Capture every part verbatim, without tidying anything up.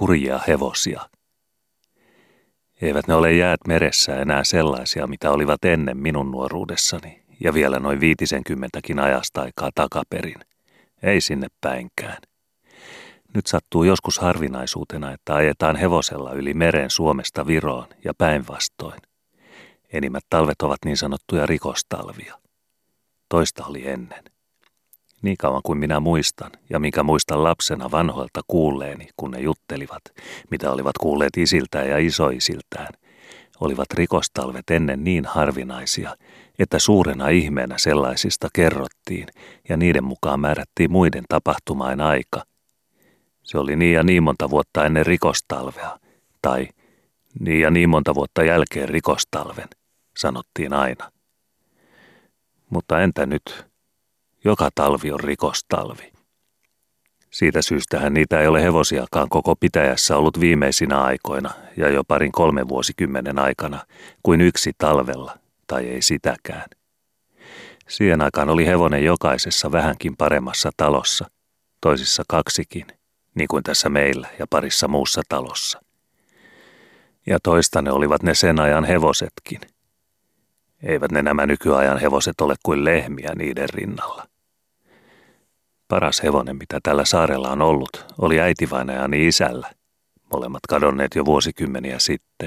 hurjia hevosia. Eivät ne ole jäät meressä enää sellaisia, mitä olivat ennen minun nuoruudessani, ja vielä noin viitisenkymmentäkin ajasta aikaa takaperin. Ei sinne päinkään. Nyt sattuu joskus harvinaisuutena, että ajetaan hevosella yli meren Suomesta Viroon ja päinvastoin. Enimmät talvet ovat niin sanottuja rikostalvia. Toista oli ennen. Niin kauan kuin minä muistan, ja minkä muistan lapsena vanhoilta kuulleeni, kun ne juttelivat, mitä olivat kuulleet isiltään ja isoisiltään, olivat rikostalvet ennen niin harvinaisia, että suurena ihmeenä sellaisista kerrottiin, ja niiden mukaan määrättiin muiden tapahtumain aika. Se oli niin ja niin monta vuotta ennen rikostalvea, tai niin ja niin monta vuotta jälkeen rikostalven, sanottiin aina. Mutta entä nyt? Joka talvi on rikostalvi. Siitä syystähän niitä ei ole hevosiakaan koko pitäjässä ollut viimeisinä aikoina ja jo parin kolmen vuosikymmenen aikana kuin yksi talvella, tai ei sitäkään. Siihen aikaan oli hevonen jokaisessa vähänkin paremmassa talossa, toisissa kaksikin, niin kuin tässä meillä ja parissa muussa talossa. Ja toista ne olivat ne sen ajan hevosetkin. Eivät ne nämä nykyajan hevoset ole kuin lehmiä niiden rinnalla. Paras hevonen, mitä tällä saarella on ollut, oli äitivainajani isällä, molemmat kadonneet jo vuosikymmeniä sitten.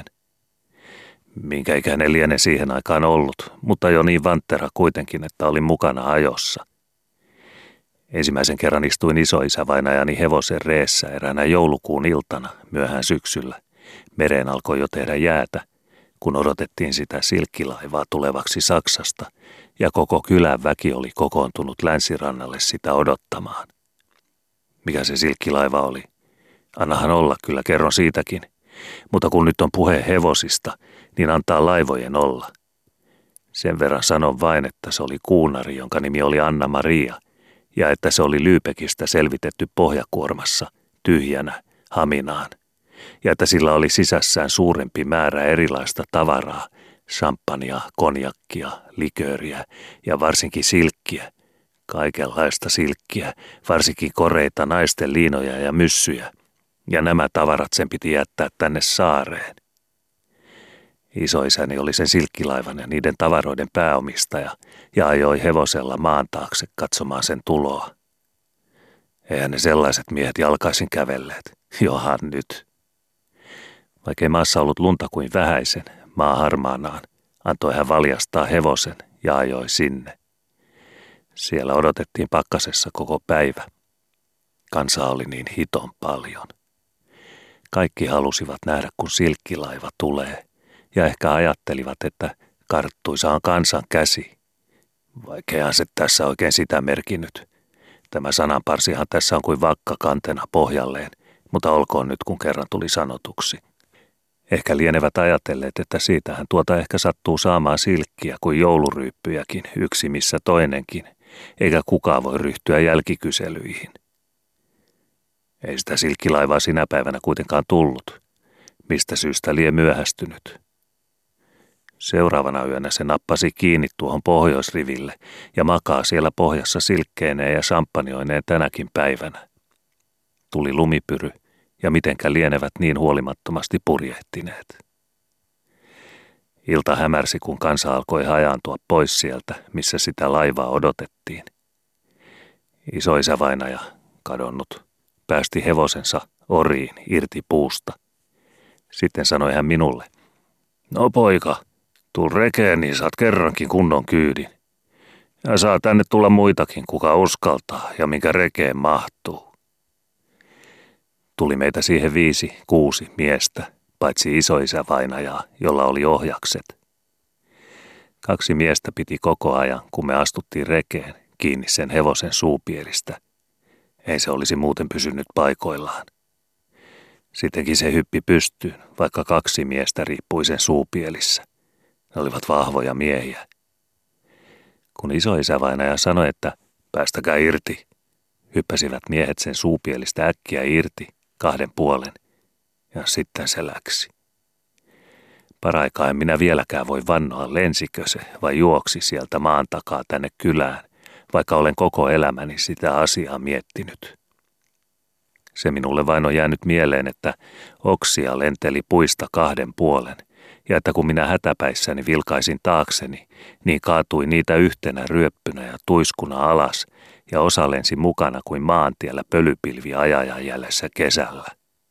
Minkä ikäinen liene siihen aikaan ollut, mutta jo niin vanttera kuitenkin, että olin mukana ajossa. Ensimmäisen kerran istuin isoisävainajani hevosen reessä eräänä joulukuun iltana myöhään syksyllä. Mereen alkoi jo tehdä jäätä, kun odotettiin sitä silkkilaivaa tulevaksi Saksasta, ja koko kylän väki oli kokoontunut länsirannalle sitä odottamaan. Mikä se silkkilaiva oli? Annahan olla, kyllä kerron siitäkin. Mutta kun nyt on puhe hevosista, niin antaa laivojen olla. Sen verran sanon vain, että se oli kuunari, jonka nimi oli Anna-Maria, ja että se oli Lyypekistä selvitetty pohjakuormassa, tyhjänä, Haminaan, ja että sillä oli sisässään suurempi määrä erilaista tavaraa, champagnea, konjakkia, likööriä ja varsinkin silkkiä, kaikenlaista silkkiä, varsinkin koreita, naisten liinoja ja myssyjä, ja nämä tavarat sen piti jättää tänne saareen. Isoisäni oli sen silkkilaivan ja niiden tavaroiden pääomistaja ja ajoi hevosella maan taakse katsomaan sen tuloa. Eihän ne sellaiset miehet jalkaisin kävelleet, johan nyt. Vaikkei maassa ollut lunta kuin vähäisen, maa harmaanaan, antoi hän valjastaa hevosen ja ajoi sinne. Siellä odotettiin pakkasessa koko päivä. Kansaa oli niin hiton paljon. Kaikki halusivat nähdä, kun silkkilaiva tulee, ja ehkä ajattelivat, että karttuisa on kansan käsi. Vaikeahan se tässä oikein sitä merkinnyt. Tämä sananparsihan tässä on kuin vakka kantena pohjalleen, mutta olkoon nyt, kun kerran tuli sanotuksi. Ehkä lienevät ajatelleet, että siitähän tuota ehkä sattuu saamaan silkkiä kuin jouluryyppyjäkin, yksi missä toinenkin, eikä kukaan voi ryhtyä jälkikyselyihin. Ei sitä silkkilaivaa sinä päivänä kuitenkaan tullut. Mistä syystä lie myöhästynyt? Seuraavana yönä se nappasi kiinni tuohon pohjoisriville ja makaa siellä pohjassa silkkeineen ja champanjoineen tänäkin päivänä. Tuli lumipyry ja mitenkä lienevät niin huolimattomasti purjehtineet. Ilta hämärsi, kun kansa alkoi hajaantua pois sieltä, missä sitä laivaa odotettiin. Isoisävainaja, kadonnut, päästi hevosensa oriin irti puusta. Sitten sanoi hän minulle, no poika, tuu rekeen, niin saat kerrankin kunnon kyydin. Ja saa tänne tulla muitakin, kuka uskaltaa ja minkä rekeen mahtuu. Tuli meitä siihen viisi, kuusi miestä, paitsi isoisävainajaa, jolla oli ohjakset. Kaksi miestä piti koko ajan, kun me astuttiin rekeen, kiinni sen hevosen suupielistä. Ei se olisi muuten pysynyt paikoillaan. Sittenkin se hyppi pystyyn, vaikka kaksi miestä riippui sen suupielissä. Ne olivat vahvoja miehiä. Kun isoisävainaja sanoi, että päästäkää irti, hyppäsivät miehet sen suupielistä äkkiä irti kahden puolen, ja sitten se läksi. Paraikaa en minä vieläkään voi vannoa, lensikö se vai juoksi sieltä maan takaa tänne kylään, vaikka olen koko elämäni sitä asiaa miettinyt. Se minulle vain on jäänyt mieleen, että oksia lenteli puista kahden puolen, ja että kun minä hätäpäissäni vilkaisin taakseni, niin kaatui niitä yhtenä ryöppynä ja tuiskuna alas, ja osa lensi mukana kuin maantiellä pölypilvi ajajan jäljessä kesällä.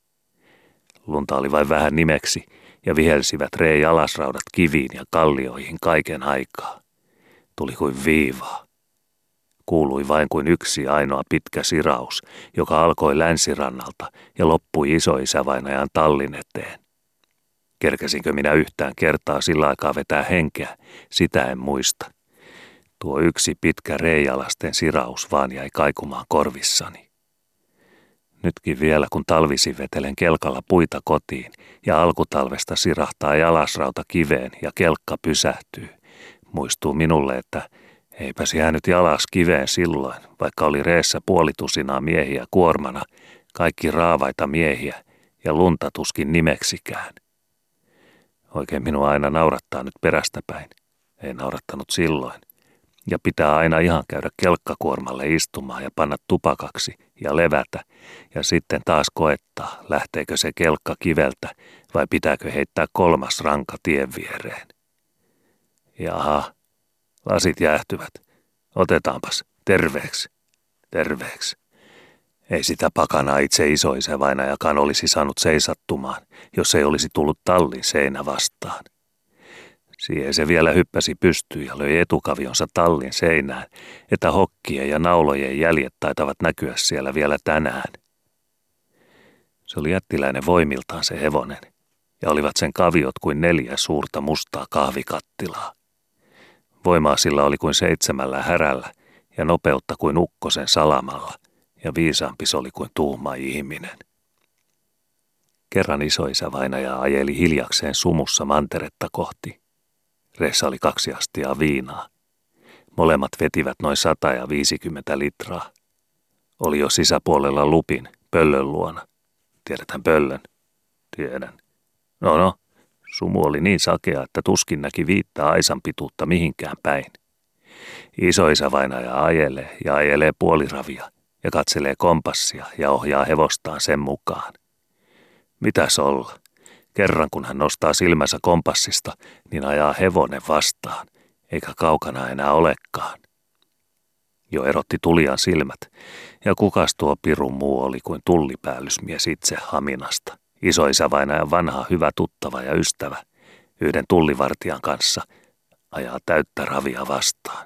Lunta oli vain vähän nimeksi, ja vihelsivät reen alasraudat kiviin ja kallioihin kaiken aikaa. Tuli kuin viivaa. Kuului vain kuin yksi ainoa pitkä siraus, joka alkoi länsirannalta ja loppui isoisävainajan tallin eteen. Kerkesinkö minä yhtään kertaa sillä aikaa vetää henkeä, sitä en muista. Tuo yksi pitkä reijalasten siraus vaan jäi kaikumaan korvissani. Nytkin vielä, kun talvisin vetelen kelkalla puita kotiin ja alkutalvesta sirahtaa jalasrauta kiveen ja kelkka pysähtyy, muistuu minulle, että eipäs jäänyt jalas kiveen silloin, vaikka oli reessä puolitusinaa miehiä kuormana, kaikki raavaita miehiä ja lunta tuskin nimeksikään. Oikein minua aina naurattaa nyt perästäpäin. Ei naurattanut silloin. Ja pitää aina ihan käydä kelkkakuormalle istumaan ja panna tupakaksi ja levätä ja sitten taas koettaa, lähteekö se kelkka kiveltä vai pitääkö heittää kolmas ranka tien viereen. Jaha, lasit jäähtyvät. Otetaanpas, terveeksi, terveeksi. Ei sitä pakanaa itse isoisävainajakaan olisi saanut seisattumaan, jos ei olisi tullut tallin seinä vastaan. Siihen se vielä hyppäsi pystyyn ja löi etukavionsa tallin seinään, että hokkien ja naulojen jäljet taitavat näkyä siellä vielä tänään. Se oli jättiläinen voimiltaan se hevonen, ja olivat sen kaviot kuin neljä suurta mustaa kahvikattilaa. Voimaa sillä oli kuin seitsemällä härällä ja nopeutta kuin ukkosen salamalla, ja viisaampi se oli kuin tuhma ihminen. Kerran isoisävainaja ajeli hiljakseen sumussa manteretta kohti. Reessä oli kaksi astiaa viinaa. Molemmat vetivät noin sata ja viisikymmentä litraa. Oli jo sisäpuolella Lupin, Pöllön luona. Tiedetään Pöllön? Tiedän. No no, sumu oli niin sakea, että tuskin näki viittä aisan pituutta mihinkään päin. Isoisävainaja ajelee ja ajelee puoliravia ja katselee kompassia ja ohjaa hevostaan sen mukaan. Mitäs olla? Kerran kun hän nostaa silmänsä kompassista, niin ajaa hevonen vastaan, eikä kaukana enää olekaan. Jo erotti tulijan silmät, ja kukas tuo pirun muu oli kuin tullipäälysmies itse Haminasta, isoisävainajan vanha hyvä tuttava ja ystävä, yhden tullivartijan kanssa, ajaa täyttä ravia vastaan.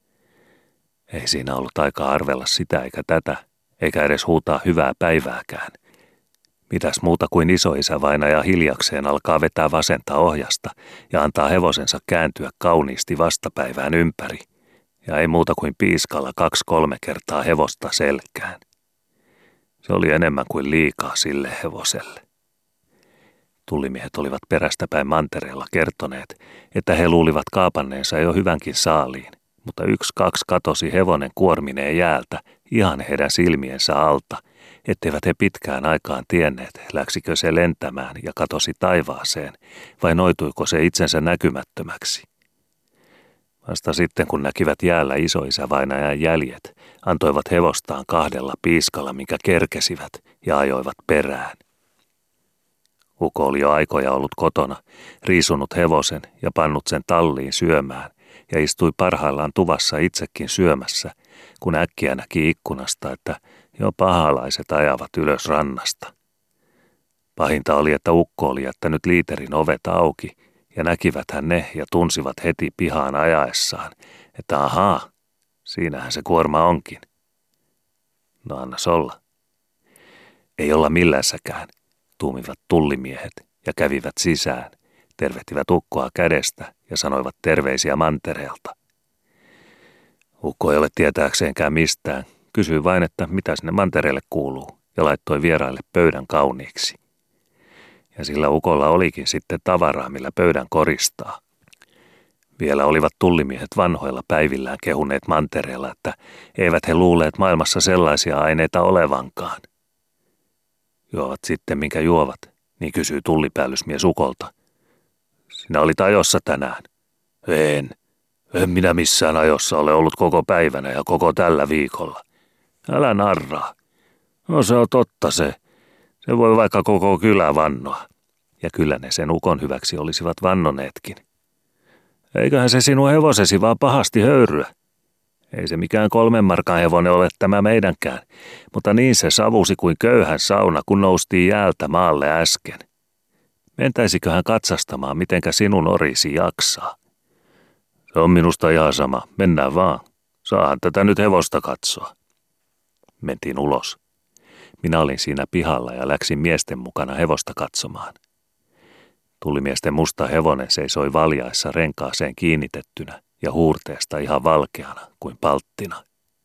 Ei siinä ollut aikaa arvella sitä eikä tätä, eikä edes huutaa hyvää päivääkään. Mitäs muuta kuin isoisävainaja hiljakseen alkaa vetää vasenta ohjasta ja antaa hevosensa kääntyä kauniisti vastapäivään ympäri, ja ei muuta kuin piiskalla kaksi-kolme kertaa hevosta selkään. Se oli enemmän kuin liikaa sille hevoselle. Tullimiehet olivat perästäpäin mantereella kertoneet, että he luulivat kaapanneensa jo hyvänkin saaliin, mutta yksi kaksi katosi hevonen kuormineen jäältä ihan heidän silmiensä alta, etteivät he pitkään aikaan tienneet, läksikö se lentämään ja katosi taivaaseen, vai noituiko se itsensä näkymättömäksi. Vasta sitten, kun näkivät jäällä isoisävainajan jäljet, antoivat hevostaan kahdella piiskalla, minkä kerkesivät, ja ajoivat perään. Ukko oli jo aikoja ollut kotona, riisunut hevosen ja pannut sen talliin syömään, ja istui parhaillaan tuvassa itsekin syömässä, kun äkkiä näki ikkunasta, että jo pahalaiset ajavat ylös rannasta. Pahinta oli, että ukko oli jättänyt liiterin ovet auki, ja näkiväthän ne ja tunsivat heti pihaan ajaessaan, että ahaa, siinähän se kuorma onkin. No annas olla. Ei olla millänsäkään, tuumivat tullimiehet ja kävivät sisään, tervehtivät ukkoa kädestä ja sanoivat terveisiä mantereelta. Ukko ei ole tietääkseenkään mistään, kysyi vain, että mitä sinne mantereelle kuuluu, ja laittoi vieraille pöydän kauniiksi. Ja sillä ukolla olikin sitten tavaraa, millä pöydän koristaa. Vielä olivat tullimiehet vanhoilla päivillään kehuneet mantereella, että eivät he luuleet maailmassa sellaisia aineita olevankaan. Juovat sitten minkä juovat, niin kysyi tullipäälysmies ukolta. Sinä olit ajossa tänään. En. En minä missään ajossa ole ollut koko päivänä ja koko tällä viikolla. Älä narraa. No se on totta se. Se voi vaikka koko kylä vannoa. Ja kyllä ne sen ukon hyväksi olisivat vannoneetkin. Eiköhän se sinun hevosesi vaan pahasti höyryä. Ei se mikään kolmen markan hevonen ole tämä meidänkään, mutta niin se savusi kuin köyhän sauna, kun noustiin jäältä maalle äsken. Mentäisiköhän katsastamaan, mitenkä sinun orisi jaksaa? Se on minusta ihan sama, mennään vaan. Saahan tätä nyt hevosta katsoa. Mentiin ulos. Minä olin siinä pihalla ja läksin miesten mukana hevosta katsomaan. Tullimiesten musta hevonen seisoi valjaissa renkaaseen kiinnitettynä ja huurteesta ihan valkeana kuin palttina.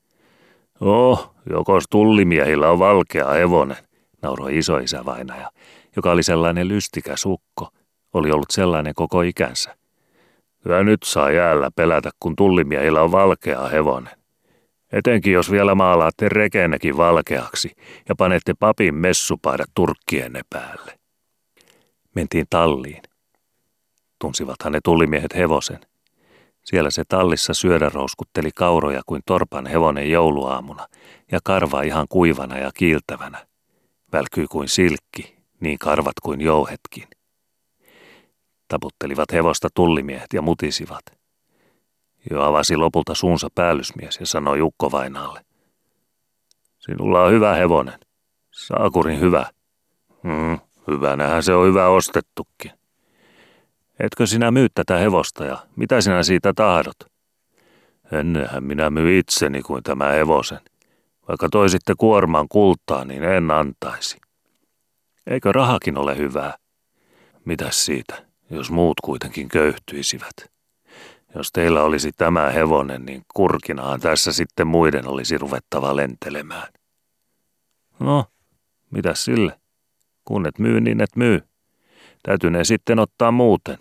Oh, jokos tullimiehillä on valkea hevonen, nauroi isoisä vainaja, joka oli sellainen lystikäs ukko, oli ollut sellainen koko ikänsä. Kyllä nyt saa jäällä pelätä, kun tullimiehillä on valkea hevonen. Etenkin jos vielä maalaatte rekeennekin valkeaksi ja panette papin messupaidat turkkienne päälle. Mentiin talliin. Tunsivathan ne tullimiehet hevosen. Siellä se tallissa syödä rouskutteli kauroja kuin torpan hevonen jouluaamuna ja karva ihan kuivana ja kiiltävänä. Välkyy kuin silkki, niin karvat kuin jouhetkin. Taputtelivat hevosta tullimiehet ja mutisivat. Jo avasi lopulta suunsa päällysmies ja sanoi ukkovainaalle. Sinulla on hyvä hevonen. Saakurin hyvä. Hmm, hyvänähän se on hyvä ostettukin. Etkö sinä myy tätä hevosta ja mitä sinä siitä tahdot? Ennenhän minä myy itseni kuin tämä hevosen. Vaikka toisitte kuorman kultaa, niin en antaisi. Eikö rahakin ole hyvää? Mitäs siitä, jos muut kuitenkin köyhtyisivät? Jos teillä olisi tämä hevonen, niin kurkinaan tässä sitten muiden olisi ruvettava lentelemään. No, mitäs sille? Kun et myy, niin et myy. Täytyy ne sitten ottaa muuten.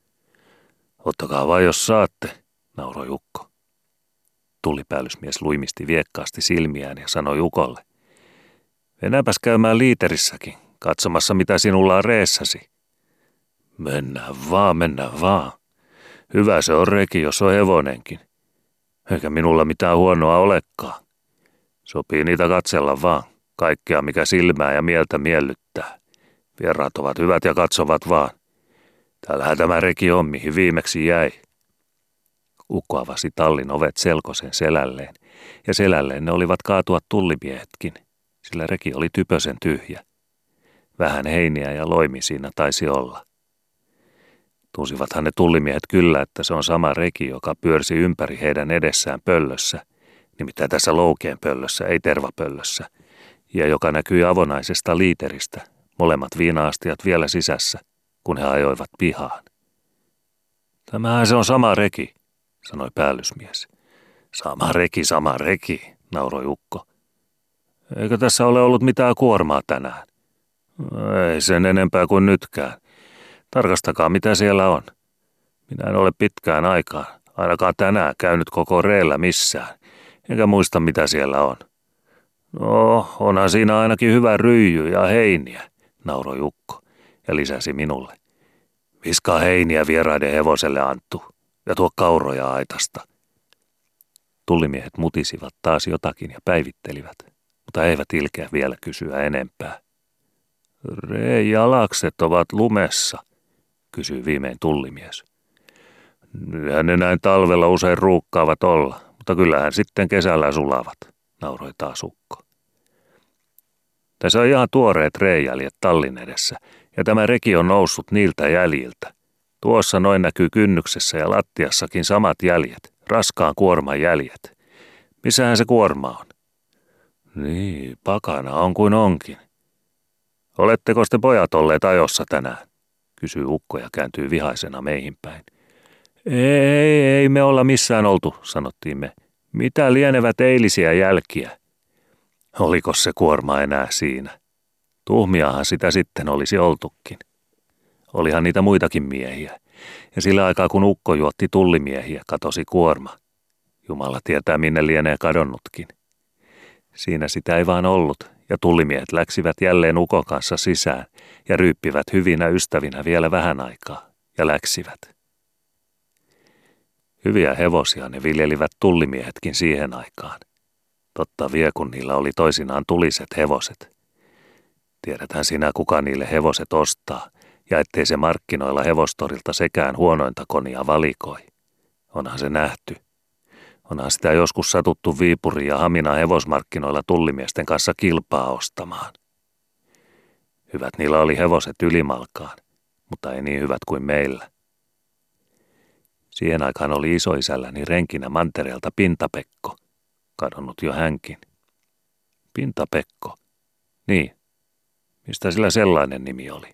Ottakaa vain, jos saatte, nauroi ukko. Tullipäällysmies luimisti viekkaasti silmiään ja sanoi ukolle. Mennäänpäs käymään liiterissäkin, katsomassa mitä sinulla on reessäsi. Mennään vaan, mennään vaan. Hyvä se on reki, jos on hevonenkin. Eikä minulla mitään huonoa olekaan. Sopii niitä katsella vaan, kaikkea mikä silmää ja mieltä miellyttää. Vieraat ovat hyvät ja katsovat vaan. Täällähän tämä reki on, mihin viimeksi jäi. Ukko avasi tallin ovet selkosen selälleen, ja selälleen ne olivat kaatua tullimiehetkin, sillä reki oli typösen tyhjä. Vähän heiniä ja loimi siinä taisi olla. Tunsivathan ne tullimiehet kyllä, että se on sama reki, joka pyörsi ympäri heidän edessään pöllössä, nimittäin tässä loukeen pöllössä, ei tervapöllössä, ja joka näkyi avonaisesta liiteristä, molemmat viina-astiat vielä sisässä, kun he ajoivat pihaan. Tämähän se on sama reki, sanoi päällysmies. Sama reki, sama reki, nauroi ukko. Eikö tässä ole ollut mitään kuormaa tänään? Ei sen enempää kuin nytkään. Tarkastakaa, mitä siellä on. Minä en ole pitkään aikaan, ainakaan tänään käynyt koko reellä missään, enkä muista mitä siellä on. No, onhan siinä ainakin hyvä ryijy ja heiniä, nauroi ukko ja lisäsi minulle. Viskaa heiniä vieraiden hevoselle, Anttu, ja tuo kauroja aitasta. Tullimiehet mutisivat taas jotakin ja päivittelivät, mutta eivät ilkeä vielä kysyä enempää. Reen jalakset ovat lumessa, kysyi viimein tullimies. Nyhän ne näin talvella usein ruukkaavat olla, mutta kyllähän sitten kesällä sulavat, nauroi taas ukko. Tässä on ihan tuoreet reejäljet tallin edessä, ja tämä reki on noussut niiltä jäljiltä. Tuossa noin näkyy kynnyksessä ja lattiassakin samat jäljet, raskaan kuorman jäljet. Missähän se kuorma on? Niin, pakana on kuin onkin. Oletteko te pojat olleet ajossa tänään? Kysyi ukko ja kääntyi vihaisena meihin päin. Ei, ei me olla missään oltu, sanottiin me. Mitä lienevät eilisiä jälkiä? Oliko se kuorma enää siinä? Tuhmiahan sitä sitten olisi oltukin. Olihan niitä muitakin miehiä, ja sillä aikaa kun ukko juotti tullimiehiä, katosi kuorma. Jumala tietää minne lienee kadonnutkin. Siinä sitä ei vaan ollut, ja tullimiehet läksivät jälleen ukon kanssa sisään ja ryyppivät hyvinä ystävinä vielä vähän aikaa, ja läksivät. Hyviä hevosia ne viljelivät tullimiehetkin siihen aikaan. Totta vie, kun niillä oli toisinaan tuliset hevoset. Tiedetään sinä, kuka niille hevoset ostaa, ja ettei se markkinoilla hevostorilta sekään huonointa konia valikoi. Onhan se nähty. Onhan sitä joskus satuttu Viipurin ja Haminan hevosmarkkinoilla tullimiesten kanssa kilpaa ostamaan. Hyvät niillä oli hevoset ylimalkaan, mutta ei niin hyvät kuin meillä. Siihen aikaan oli isoisälläni renkinä mantereelta Pintapekko, kadonnut jo hänkin. Pintapekko? Niin. Mistä sillä sellainen nimi oli?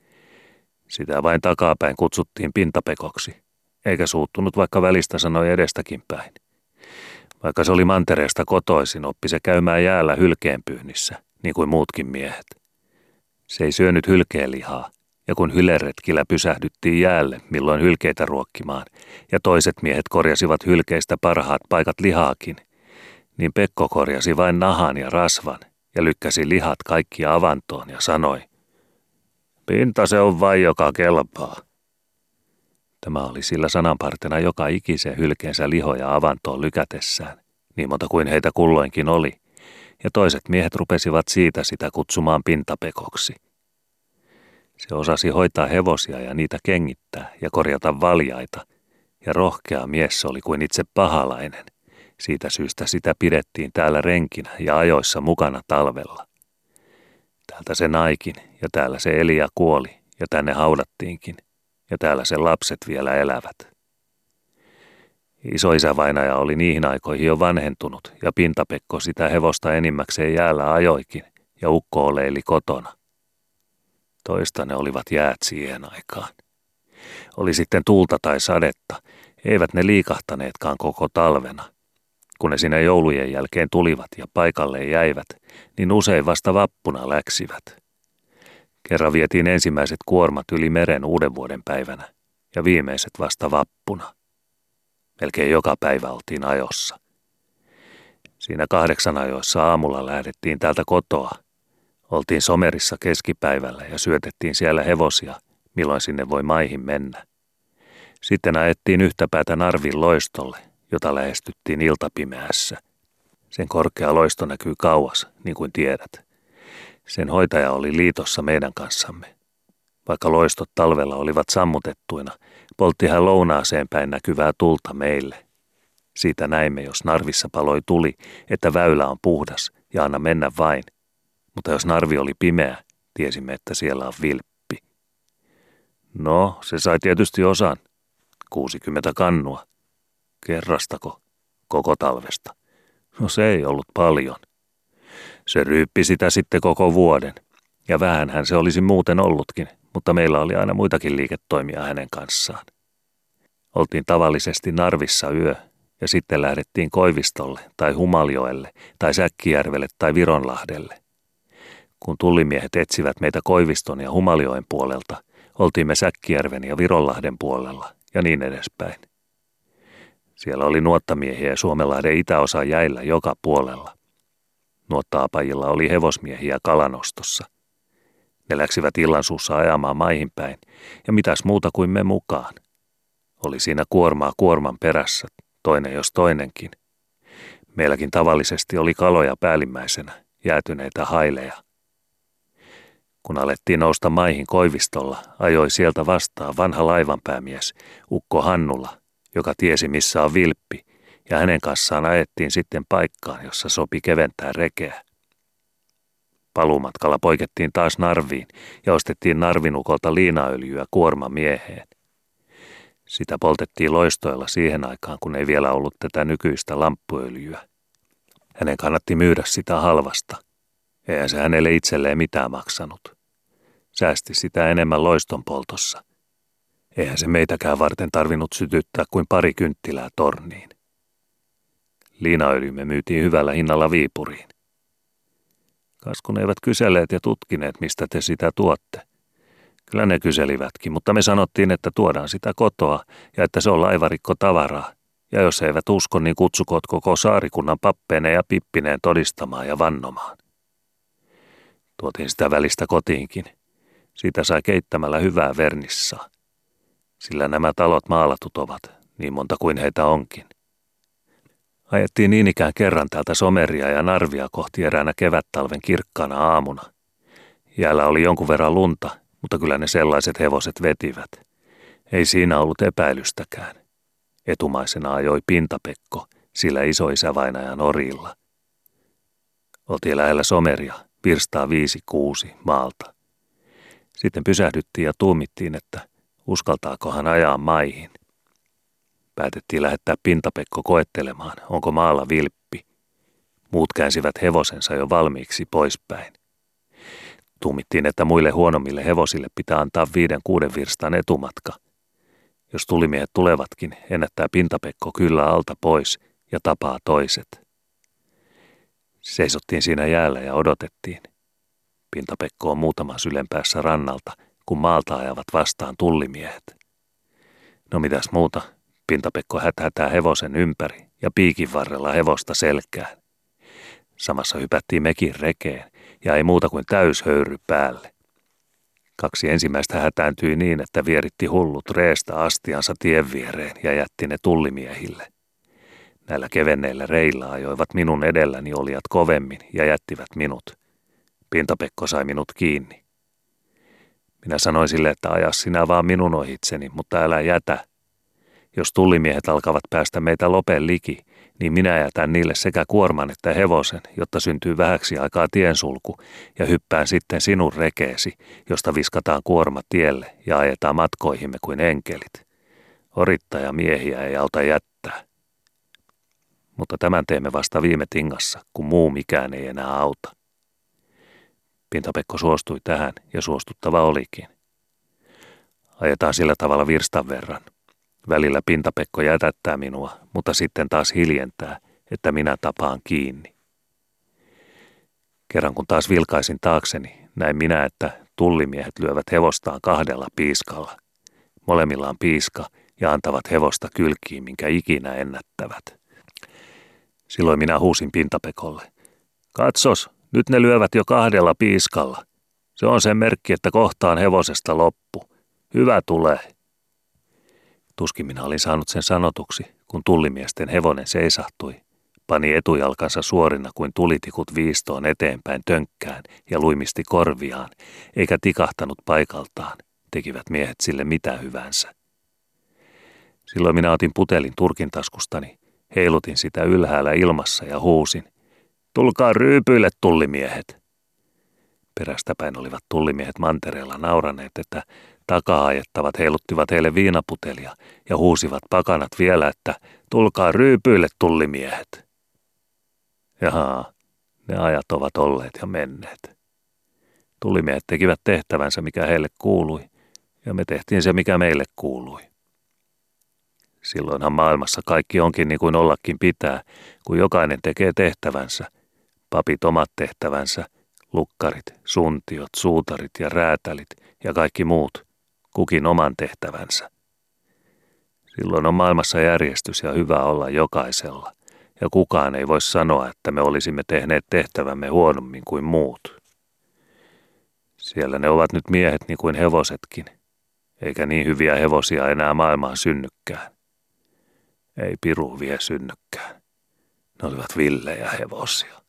Sitä vain takapäin kutsuttiin Pintapekoksi, eikä suuttunut, vaikka välistä sanoi edestäkin päin. Vaikka se oli mantereesta kotoisin, oppi se käymään jäällä hylkeenpyynnissä, niin kuin muutkin miehet. Se ei syönyt hylkeenlihaa, ja kun hyleretkillä pysähdyttiin jäälle, milloin hylkeitä ruokkimaan, ja toiset miehet korjasivat hylkeistä parhaat paikat lihaakin, niin Pekko korjasi vain nahan ja rasvan, ja lykkäsi lihat kaikki avantoon ja sanoi, pinta se on vain, joka kelpaa. Tämä oli sillä sananpartena joka ikisen hylkeensä lihoja avantoon lykätessään, niin monta kuin heitä kulloinkin oli, ja toiset miehet rupesivat siitä sitä kutsumaan Pintapekoksi. Se osasi hoitaa hevosia ja niitä kengittää ja korjata valjaita, ja rohkea mies se oli kuin itse pahalainen. Siitä syystä sitä pidettiin täällä renkinä ja ajoissa mukana talvella. Täältä se naikin, ja täällä se eli ja kuoli, ja tänne haudattiinkin, ja täällä sen lapset vielä elävät. Isoisävainaja oli niihin aikoihin jo vanhentunut, ja Pintapekko sitä hevosta enimmäkseen jäällä ajoikin, ja ukko oleili kotona. Toista ne olivat jäät siihen aikaan. Oli sitten tuulta tai sadetta, eivät ne liikahtaneetkaan koko talvena. Kun ne sinne joulujen jälkeen tulivat ja paikalle jäivät, niin usein vasta vappuna läksivät. Kerran vietiin ensimmäiset kuormat yli meren uuden vuoden päivänä ja viimeiset vasta vappuna. Melkein joka päivä oltiin ajossa. Siinä kahdeksan ajoissa aamulla lähdettiin täältä kotoa. Oltiin Somerissa keskipäivällä ja syötettiin siellä hevosia, milloin sinne voi maihin mennä. Sitten ajettiin yhtä päätä Narvin loistolle, jota lähestyttiin iltapimeässä. Sen korkea loisto näkyy kauas, niin kuin tiedät. Sen hoitaja oli liitossa meidän kanssamme. Vaikka loistot talvella olivat sammutettuina, poltti hän lounaaseen päin näkyvää tulta meille. Siitä näimme, jos Narvissa paloi tuli, että väylä on puhdas ja anna mennä vain. Mutta jos Narvi oli pimeä, tiesimme, että siellä on vilppi. No, se sai tietysti osan. kuusikymmentä kannua. Kerrastako? Koko talvesta. No se ei ollut paljon. Se ryyppi sitä sitten koko vuoden. Ja vähänhän se olisi muuten ollutkin, mutta meillä oli aina muitakin liiketoimia hänen kanssaan. Oltiin tavallisesti Narvissa yö, ja sitten lähdettiin Koivistolle tai Humaljoelle tai Säkkijärvelle tai Vironlahdelle. Kun tullimiehet etsivät meitä Koiviston ja Humaljoen puolelta, oltiin me Säkkijärven ja Vironlahden puolella ja niin edespäin. Siellä oli nuottamiehiä Suomenlahden itäosa jäillä joka puolella. Nuottaapajilla oli hevosmiehiä kalanostossa. Ne läksivät illansuussa ajamaan maihin päin, ja mitäs muuta kuin me mukaan. Oli siinä kuormaa kuorman perässä, toinen jos toinenkin. Meilläkin tavallisesti oli kaloja päällimmäisenä, jäätyneitä haileja. Kun alettiin nousta maihin Koivistolla, ajoi sieltä vastaan vanha laivanpäämies Ukko Hannula, joka tiesi missä on vilppi, ja hänen kanssaan ajettiin sitten paikkaan, jossa sopi keventää rekeä. Paluumatkalla poikettiin taas Narviin ja ostettiin Narvinukolta liinaöljyä kuorma mieheen. Sitä poltettiin loistoilla siihen aikaan, kun ei vielä ollut tätä nykyistä lamppuöljyä. Hänen kannatti myydä sitä halvasta. Eihän se hänelle itselleen mitään maksanut. Säästi sitä enemmän loiston poltossa. Eihän se meitäkään varten tarvinnut sytyttää kuin pari kynttilää torniin. Liinaöljymme myytiin hyvällä hinnalla Viipuriin. Kas kun eivät kyselleet ja tutkineet, mistä te sitä tuotte. Kyllä ne kyselivätkin, mutta me sanottiin, että tuodaan sitä kotoa ja että se on laivarikko tavaraa. Ja jos he eivät usko, niin kutsukoot koko saarikunnan pappeineen ja pippineen todistamaan ja vannomaan. Tuotiin sitä välistä kotiinkin. Siitä sai keittämällä hyvää vernissaa. Sillä nämä talot maalatut ovat, niin monta kuin heitä onkin. Ajettiin niin ikään kerran täältä Someria ja Narvia kohti eräänä kevättalven kirkkaana aamuna. Jäällä oli jonkun verran lunta, mutta kyllä ne sellaiset hevoset vetivät. Ei siinä ollut epäilystäkään. Etumaisena ajoi Pintapekko, sillä isoisävainajan orilla. Oltiin lähellä Someria, virstaa viisi kuusi maalta. Sitten pysähdyttiin ja tuumittiin, että uskaltaakohan ajaa maihin. Päätettiin lähettää Pintapekko koettelemaan, onko maalla vilppi. Muut käänsivät hevosensa jo valmiiksi poispäin. Tuumittiin, että muille huonommille hevosille pitää antaa viiden kuuden virstan etumatka. Jos tulimiehet tulevatkin, ennättää Pintapekko kyllä alta pois ja tapaa toiset. Seisottiin siinä jäällä ja odotettiin. Pintapekko on muutama sylen päässä rannalta, kun maalta ajavat vastaan tullimiehet. No mitäs muuta? Pintapekko häthätää hevosen ympäri ja piikin varrella hevosta selkään. Samassa hypättiin mekin rekeen ja ei muuta kuin täyshöyry päälle. Kaksi ensimmäistä hätääntyi niin, että vieritti hullut reestä astiansa tien viereen ja jätti ne tullimiehille. Näillä kevenneillä reillä ajoivat minun edelläni olijat kovemmin ja jättivät minut. Pintapekko sai minut kiinni. Minä sanoin sille, että aja sinä vaan minun ohitseni, mutta älä jätä. Jos tullimiehet alkavat päästä meitä lopen liki, niin minä jätän niille sekä kuorman että hevosen, jotta syntyy vähäksi aikaa tiensulku, ja hyppään sitten sinun rekeesi, josta viskataan kuorma tielle ja ajetaan matkoihimme kuin enkelit. Orittaja miehiä ei auta jättää. Mutta tämän teemme vasta viime tingassa, kun muu mikään ei enää auta. Pintapekko suostui tähän ja suostuttava olikin. Ajetaan sillä tavalla virstan verran. Välillä Pintapekko jätättää minua, mutta sitten taas hiljentää, että minä tapaan kiinni. Kerran kun taas vilkaisin taakseni, näin minä, että tullimiehet lyövät hevostaan kahdella piiskalla. Molemmilla on piiska ja antavat hevosta kylkiin, minkä ikinä ennättävät. Silloin minä huusin Pintapekolle. Katsos, nyt ne lyövät jo kahdella piiskalla. Se on sen merkki, että kohtaan hevosesta loppu. Hyvä tulee. Tuskin minä olin saanut sen sanotuksi, kun tullimiesten hevonen seisahtui, pani etujalkansa suorina kuin tulitikut viistoon eteenpäin tönkkään ja luimisti korviaan, eikä tikahtanut paikaltaan, tekivät miehet sille mitä hyvänsä. Silloin minä otin putelin turkin taskustani, heilutin sitä ylhäällä ilmassa ja huusin, tulkaa ryypyille tullimiehet. Perästäpäin olivat tullimiehet mantereella nauraneet, että takaa ajettavat heiluttivat heille viinaputelia ja huusivat pakanat vielä, että tulkaa ryypyille tullimiehet. Jaha, ne ajat ovat olleet ja menneet. Tullimiehet tekivät tehtävänsä, mikä heille kuului, ja me tehtiin se, mikä meille kuului. Silloinhan maailmassa kaikki onkin niin kuin ollakin pitää, kun jokainen tekee tehtävänsä, papit omat tehtävänsä, lukkarit, suntiot, suutarit ja räätälit ja kaikki muut, kukin oman tehtävänsä. Silloin on maailmassa järjestys ja hyvä olla jokaisella, ja kukaan ei voi sanoa, että me olisimme tehneet tehtävämme huonommin kuin muut. Siellä ne ovat nyt miehet niin kuin hevosetkin, eikä niin hyviä hevosia enää maailmaan synnykään. Ei piru vie synnykään. Ne olivat villejä hevosia.